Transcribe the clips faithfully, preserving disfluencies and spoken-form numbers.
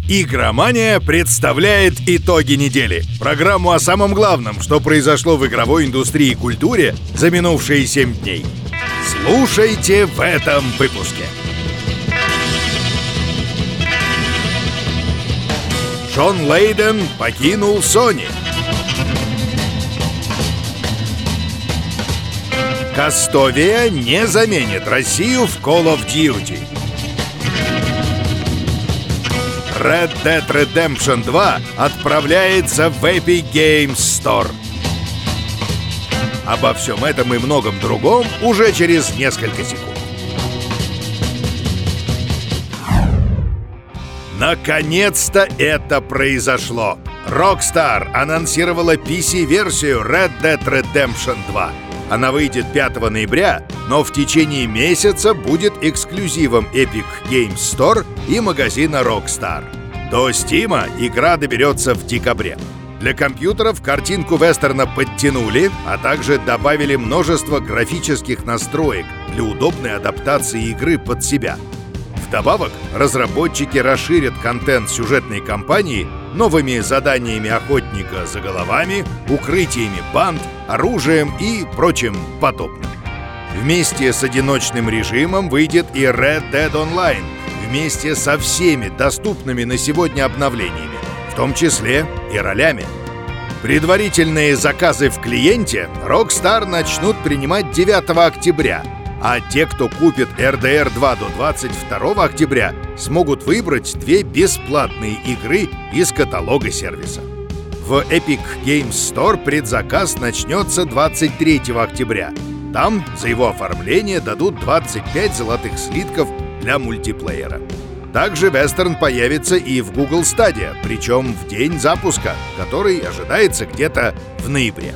Игромания представляет итоги недели. Программу о самом главном, что произошло в игровой индустрии и культуре за минувшие семь дней. Слушайте в этом выпуске. Джон Лейден покинул Sony. Кастовия не заменит Россию в Call of Duty. Red Dead Redemption два отправляется в Epic Games Store. Обо всем этом и многом другом уже через несколько секунд. Наконец-то это произошло! Rockstar анонсировала пи си-версию Red Dead Redemption два. Она выйдет пятого ноября, но в течение месяца будет эксклюзивом Epic Games Store и магазина Rockstar. До Steam игра доберется в декабре. Для компьютеров картинку вестерна подтянули, а также добавили множество графических настроек для удобной адаптации игры под себя. Вдобавок, разработчики расширят контент сюжетной кампании новыми заданиями охотника за головами, укрытиями банд, оружием и прочим подобным. Вместе с одиночным режимом выйдет и Red Dead Online, вместе со всеми доступными на сегодня обновлениями, в том числе и ролями. Предварительные заказы в клиенте Rockstar начнут принимать девятого октября, а те, кто купит эр дэ эр два до двадцать второго октября, смогут выбрать две бесплатные игры из каталога сервиса. В Epic Games Store предзаказ начнется двадцать третьего октября. Там за его оформление дадут двадцать пять золотых слитков для мультиплеера. Также вестерн появится и в Google Stadia, причем в день запуска, который ожидается где-то в ноябре.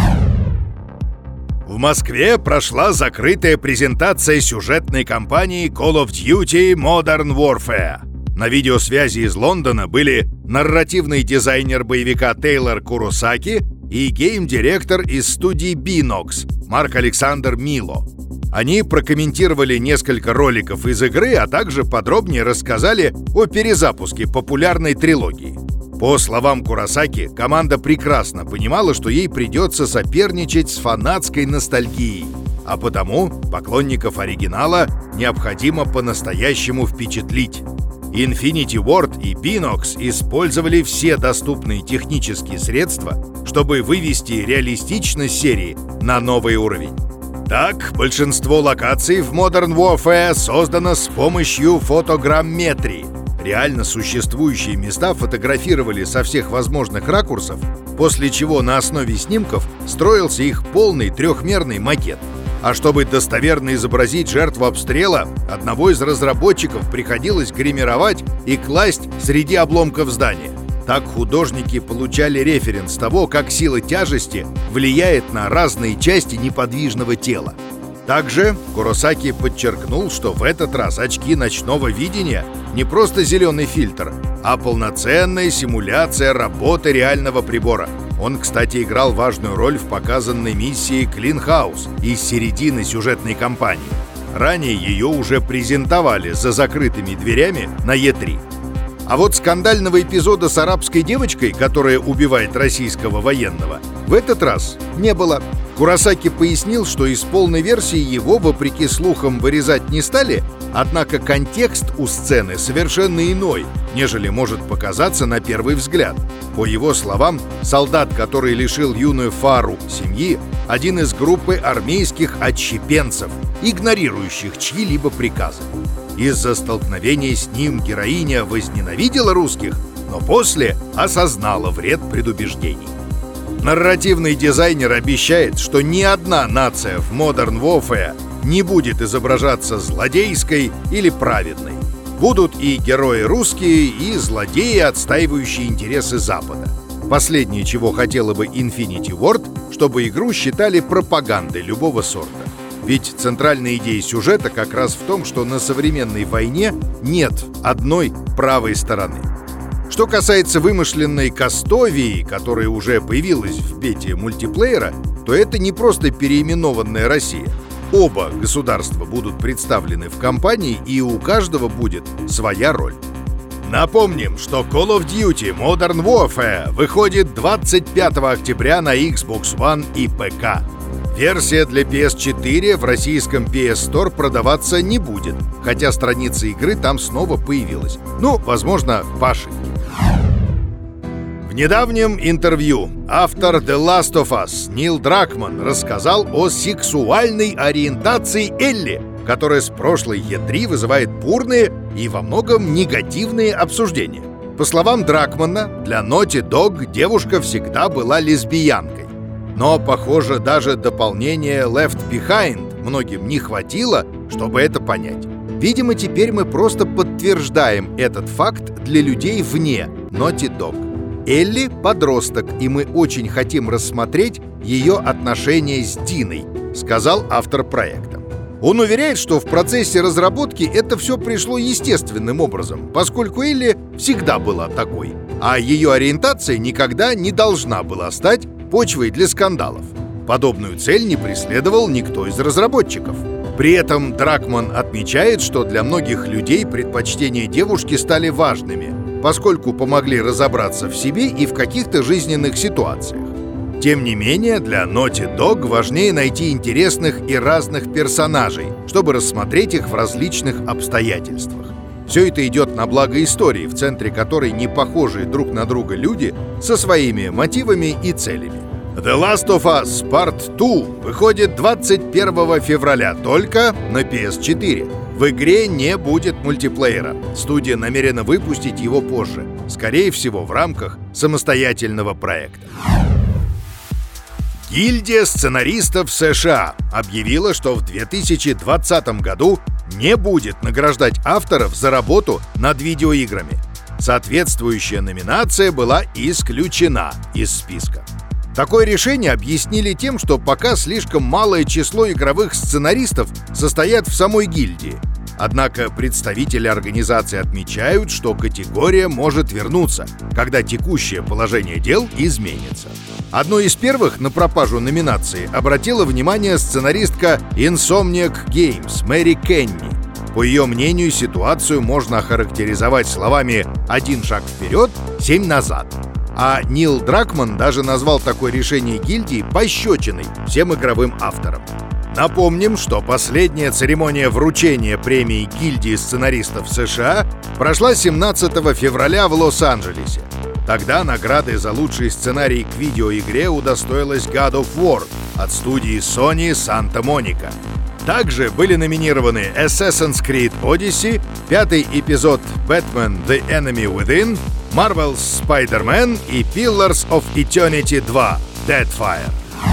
В Москве прошла закрытая презентация сюжетной кампании Call of Duty Modern Warfare. На видеосвязи из Лондона были нарративный дизайнер боевика Тейлор Куросаки и гейм-директор из студии Binox Марк Александр Мило. Они прокомментировали несколько роликов из игры, а также подробнее рассказали о перезапуске популярной трилогии. По словам Куросаки, команда прекрасно понимала, что ей придется соперничать с фанатской ностальгией, а потому поклонников оригинала необходимо по-настоящему впечатлить. Infinity Ward и Binox использовали все доступные технические средства, чтобы вывести реалистичность серии на новый уровень. Так, большинство локаций в Modern Warfare создано с помощью фотограмметрии. Реально существующие места фотографировали со всех возможных ракурсов, после чего на основе снимков строился их полный трехмерный макет. А чтобы достоверно изобразить жертву обстрела, одного из разработчиков приходилось гримировать и класть среди обломков здания. Так художники получали референс того, как сила тяжести влияет на разные части неподвижного тела. Также Куросаки подчеркнул, что в этот раз очки ночного видения не просто зеленый фильтр, а полноценная симуляция работы реального прибора. Он, кстати, играл важную роль в показанной миссии Clean House из середины сюжетной кампании. Ранее ее уже презентовали за закрытыми дверями на и три. А вот скандального эпизода с арабской девочкой, которая убивает российского военного, в этот раз не было. Куросаки пояснил, что из полной версии его, вопреки слухам, вырезать не стали, однако контекст у сцены совершенно иной, нежели может показаться на первый взгляд. По его словам, солдат, который лишил юную Фару семьи, один из группы армейских отщепенцев, игнорирующих чьи-либо приказы. Из-за столкновения с ним героиня возненавидела русских, но после осознала вред предубеждений. Нарративный дизайнер обещает, что ни одна нация в Modern Warfare не будет изображаться злодейской или праведной. Будут и герои русские, и злодеи, отстаивающие интересы Запада. Последнее, чего хотела бы Infinity Ward, чтобы игру считали пропагандой любого сорта. Ведь центральная идея сюжета как раз в том, что на современной войне нет одной правой стороны. Что касается вымышленной Кастовии, которая уже появилась в бете мультиплеера, то это не просто переименованная Россия. Оба государства будут представлены в кампании, и у каждого будет своя роль. Напомним, что Call of Duty Modern Warfare выходит двадцать пятого октября на Xbox One и пэ ка. Версия для пи эс четыре в российском пи эс Store продаваться не будет, хотя страница игры там снова появилась. Ну, возможно, по ошибке. В недавнем интервью автор The Last of Us Нил Дракман рассказал о сексуальной ориентации Элли, которая с прошлой и три вызывает бурные и во многом негативные обсуждения. По словам Дракмана, для Naughty Dog девушка всегда была лесбиянкой. Но, похоже, даже дополнения Left Behind многим не хватило, чтобы это понять. Видимо, теперь мы просто подтверждаем этот факт для людей вне Naughty Dog. Элли — подросток, и мы очень хотим рассмотреть ее отношения с Диной, сказал автор проекта. Он уверяет, что в процессе разработки это все пришло естественным образом, поскольку Элли всегда была такой, а ее ориентация никогда не должна была стать почвой для скандалов. Подобную цель не преследовал никто из разработчиков. При этом Дракман отмечает, что для многих людей предпочтения девушки стали важными, поскольку помогли разобраться в себе и в каких-то жизненных ситуациях. Тем не менее, для Naughty Dog важнее найти интересных и разных персонажей, чтобы рассмотреть их в различных обстоятельствах. Все это идет на благо истории, в центре которой не похожие друг на друга люди со своими мотивами и целями. The Last of Us Part два выходит двадцать первого февраля только на пи эс четыре. В игре не будет мультиплеера. Студия намерена выпустить его позже, скорее всего, в рамках самостоятельного проекта. Гильдия сценаристов США объявила, что в две тысячи двадцатом году не будет награждать авторов за работу над видеоиграми. Соответствующая номинация была исключена из списка. Такое решение объяснили тем, что пока слишком малое число игровых сценаристов состоят в самой гильдии. Однако представители организации отмечают, что категория может вернуться, когда текущее положение дел изменится. Одной из первых на пропажу номинации обратила внимание сценаристка Insomniac Games Мэри Кенни. По ее мнению, ситуацию можно охарактеризовать словами «один шаг вперед, семь назад». А Нил Дракман даже назвал такое решение гильдии пощечиной всем игровым авторам. Напомним, что последняя церемония вручения премии гильдии сценаристов США прошла семнадцатого февраля в Лос-Анджелесе. Тогда награды за лучший сценарий к видеоигре удостоилась God of War от студии Sony Santa Monica. Также были номинированы Assassin's Creed Odyssey, пятый эпизод Batman The Enemy Within, Marvel's Spider-Man и Pillars of Eternity два Deadfire.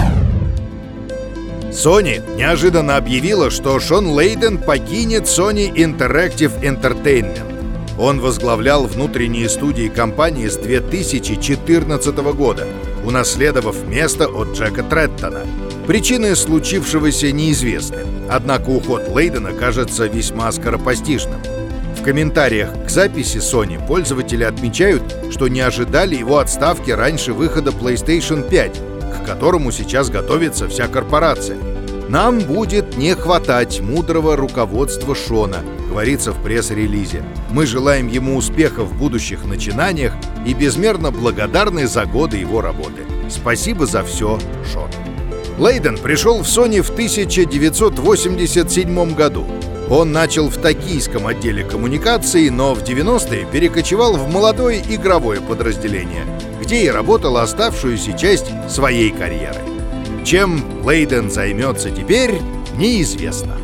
Sony неожиданно объявила, что Шон Лейден покинет Sony Interactive Entertainment. Он возглавлял внутренние студии компании с две тысячи четырнадцатого года, унаследовав место от Джека Треттона. Причины случившегося неизвестны, однако уход Лейдена кажется весьма скоропостижным. В комментариях к записи Sony пользователи отмечают, что не ожидали его отставки раньше выхода PlayStation пять, к которому сейчас готовится вся корпорация. «Нам будет не хватать мудрого руководства Шона», говорится в пресс-релизе. «Мы желаем ему успеха в будущих начинаниях и безмерно благодарны за годы его работы. Спасибо за все, Шон». Лейден пришел в Sony в тысяча девятьсот восемьдесят седьмом году. Он начал в токийском отделе коммуникаций, но в девяностые перекочевал в молодое игровое подразделение, где и работал оставшуюся часть своей карьеры. Чем Лейден займется теперь, неизвестно.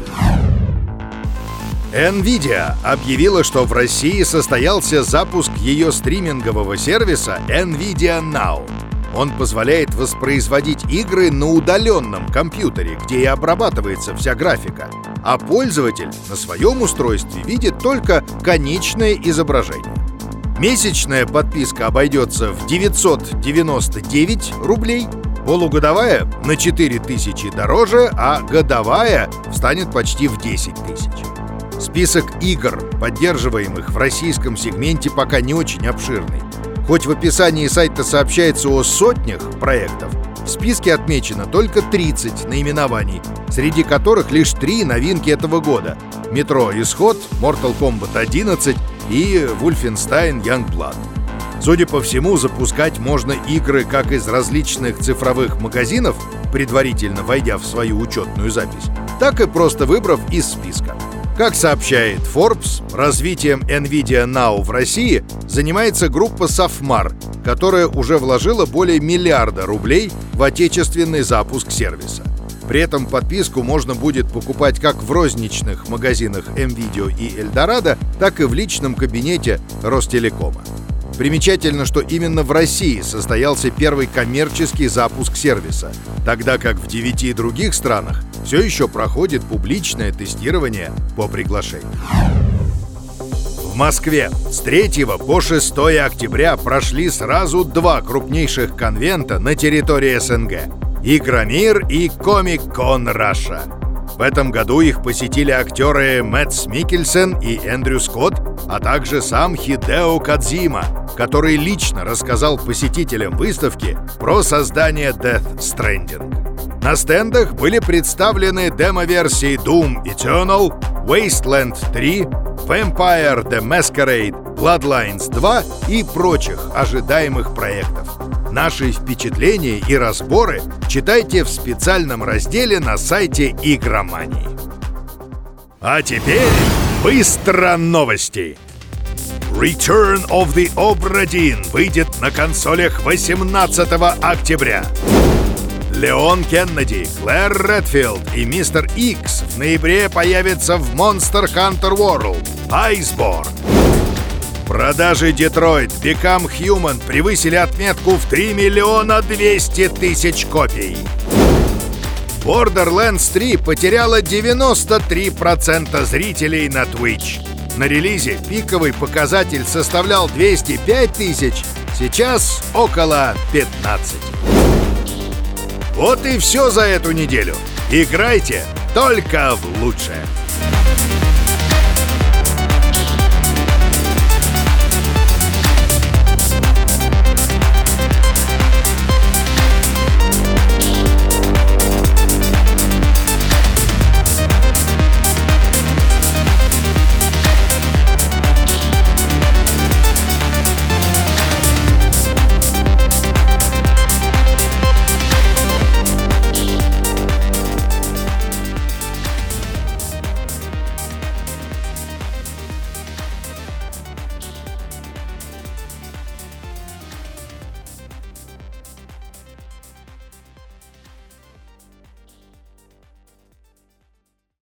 NVIDIA объявила, что в России состоялся запуск ее стримингового сервиса NVIDIA Now. Он позволяет воспроизводить игры на удаленном компьютере, где и обрабатывается вся графика, а пользователь на своем устройстве видит только конечное изображение. Месячная подписка обойдется в девятьсот девяносто девять рублей, полугодовая — на четыре тысячи дороже, а годовая станет почти в десять тысяч. Список игр, поддерживаемых в российском сегменте, пока не очень обширный. Хоть в описании сайта сообщается о сотнях проектов, в списке отмечено только тридцать наименований, среди которых лишь три новинки этого года: Metro Исход, Mortal Kombat одиннадцать и Wolfenstein Youngblood. Судя по всему, запускать можно игры как из различных цифровых магазинов, предварительно войдя в свою учетную запись, так и просто выбрав из списка. Как сообщает Forbes, развитием NVIDIA Now в России занимается группа Safmar, которая уже вложила более миллиарда рублей в отечественный запуск сервиса. При этом подписку можно будет покупать как в розничных магазинах МВидео и Эльдорадо, так и в личном кабинете Ростелекома. Примечательно, что именно в России состоялся первый коммерческий запуск сервиса, тогда как в девяти других странах все еще проходит публичное тестирование по приглашению. В Москве с третьего по шестое октября прошли сразу два крупнейших конвента на территории СНГ — Игромир и Комик-кон Раша. В этом году их посетили актеры Мэтс Миккельсен и Эндрю Скотт, а также сам Хидео Кодзима, который лично рассказал посетителям выставки про создание Death Stranding. На стендах были представлены демо-версии Doom Eternal, Wasteland три, Vampire the Masquerade, Bloodlines два и прочих ожидаемых проектов. Наши впечатления и разборы читайте в специальном разделе на сайте Игромании. А теперь быстро новости. Return of the Obra Dinn выйдет на консолях восемнадцатого октября. Леон Кеннеди, Клэр Редфилд и Мистер Икс в ноябре появятся в Monster Hunter World Iceborne. Продажи Detroit Become Human превысили отметку в три миллиона двести тысяч копий. Borderlands три потеряла девяносто три процента зрителей на Twitch. На релизе пиковый показатель составлял двести пять тысяч, сейчас около пятнадцати. Вот и все за эту неделю. Играйте только в лучшее.